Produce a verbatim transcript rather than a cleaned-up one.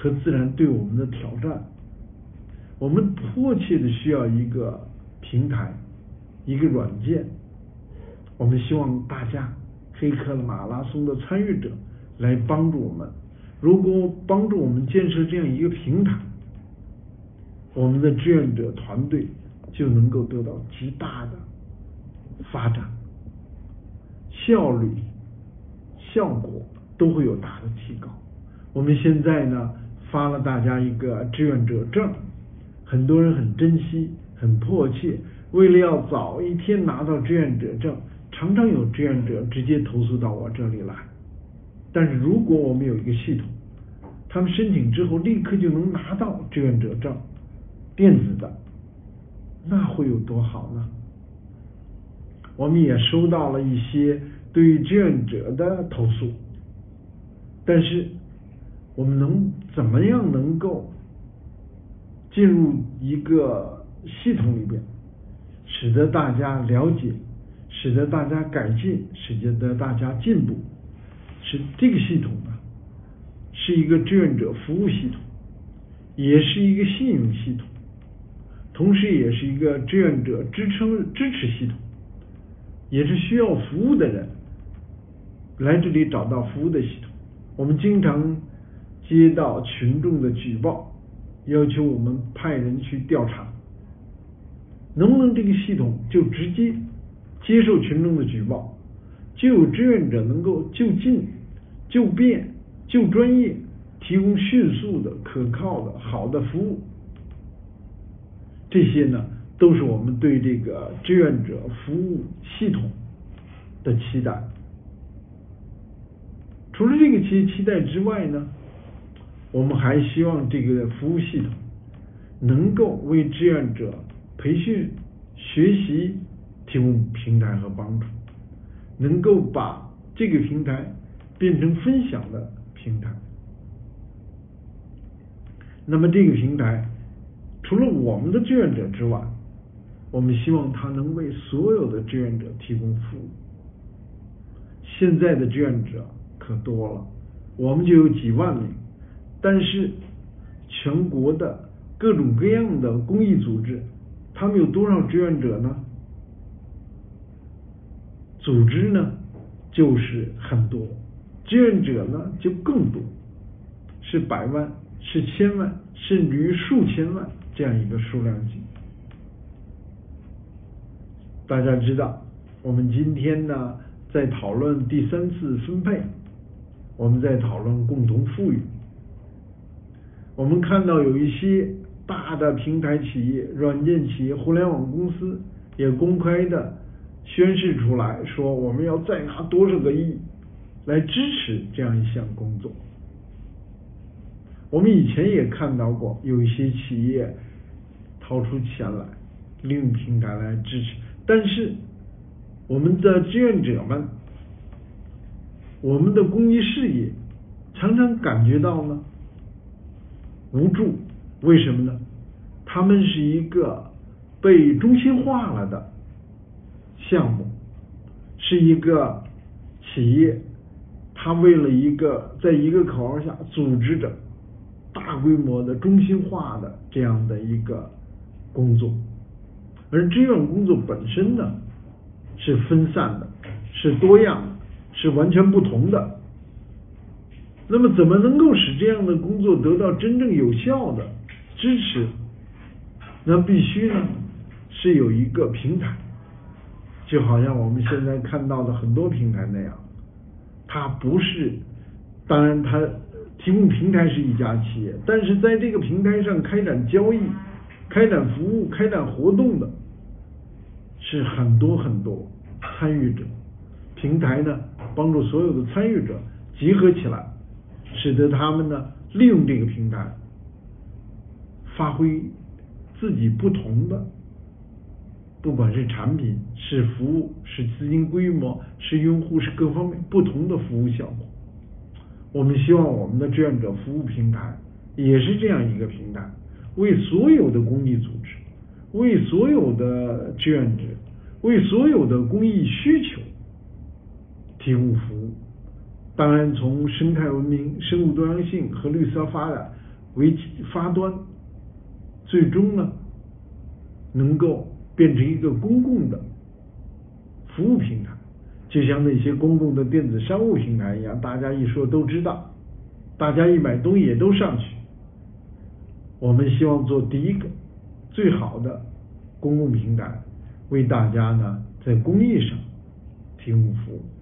和自然对我们的挑战。我们迫切的需要一个平台，一个软件。我们希望大家黑客马拉松的参与者来帮助我们。如果帮助我们建设这样一个平台，我们的志愿者团队就能够得到极大的发展，效率、效果都会有大的提高。我们现在呢发了大家一个志愿者证，很多人很珍惜，很迫切，为了要早一天拿到志愿者证，常常有志愿者直接投诉到我这里来。但是如果我们有一个系统，他们申请之后立刻就能拿到志愿者证，电子的，那会有多好呢？我们也收到了一些对于志愿者的投诉，但是我们能怎么样能够进入一个系统里边，使得大家了解，使得大家改进，使得大家进步。是这个系统呢，是一个志愿者服务系统，也是一个信用系统，同时也是一个志愿者支撑支持系统，也是需要服务的人来这里找到服务的系统。我们经常接到群众的举报，要求我们派人去调查，能不能这个系统就直接接受群众的举报，就有志愿者能够就近、就便、就专业提供迅速的、可靠的、好的服务。这些呢，都是我们对这个志愿者服务系统的期待。除了这个期期待之外呢，我们还希望这个服务系统能够为志愿者培训、学习提供平台和帮助，能够把这个平台变成分享的平台。那么这个平台除了我们的志愿者之外，我们希望它能为所有的志愿者提供服务。现在的志愿者可多了，我们就有几万名，但是全国的各种各样的公益组织，他们有多少志愿者呢？组织呢就是很多，志愿者呢就更多，是百万、是千万，甚至于数千万这样一个数量级。大家知道，我们今天呢在讨论第三次分配，我们在讨论共同富裕。我们看到有一些大的平台企业、软件企业、互联网公司也公开的宣示出来说，我们要再拿多少个亿来支持这样一项工作。我们以前也看到过有一些企业掏出钱来利用平台来支持，但是我们的志愿者们，我们的公益事业常常感觉到呢无助。为什么呢？他们是一个被中心化了的项目，是一个企业，它为了一个在一个口号下组织着大规模的中心化的这样的一个工作，而志愿工作本身呢是分散的，是多样的，是完全不同的。那么怎么能够使这样的工作得到真正有效的支持？那必须呢是有一个平台，就好像我们现在看到的很多平台那样，它不是，当然它提供平台是一家企业，但是在这个平台上开展交易、开展服务、开展活动的是很多很多参与者。平台呢帮助所有的参与者集合起来，使得他们呢利用这个平台发挥自己不同的，不管是产品、是服务、是资金规模、是用户、是各方面不同的服务效果。我们希望我们的志愿者服务平台也是这样一个平台，为所有的公益组织、为所有的志愿者、为所有的公益需求提供服务。当然从生态文明、生物多样性和绿色发展为发端，最终呢能够变成一个公共的服务平台，就像那些公共的电子商务平台一样，大家一说都知道，大家一买东西也都上去。我们希望做第一个最好的公共平台，为大家呢在公益上提供服务。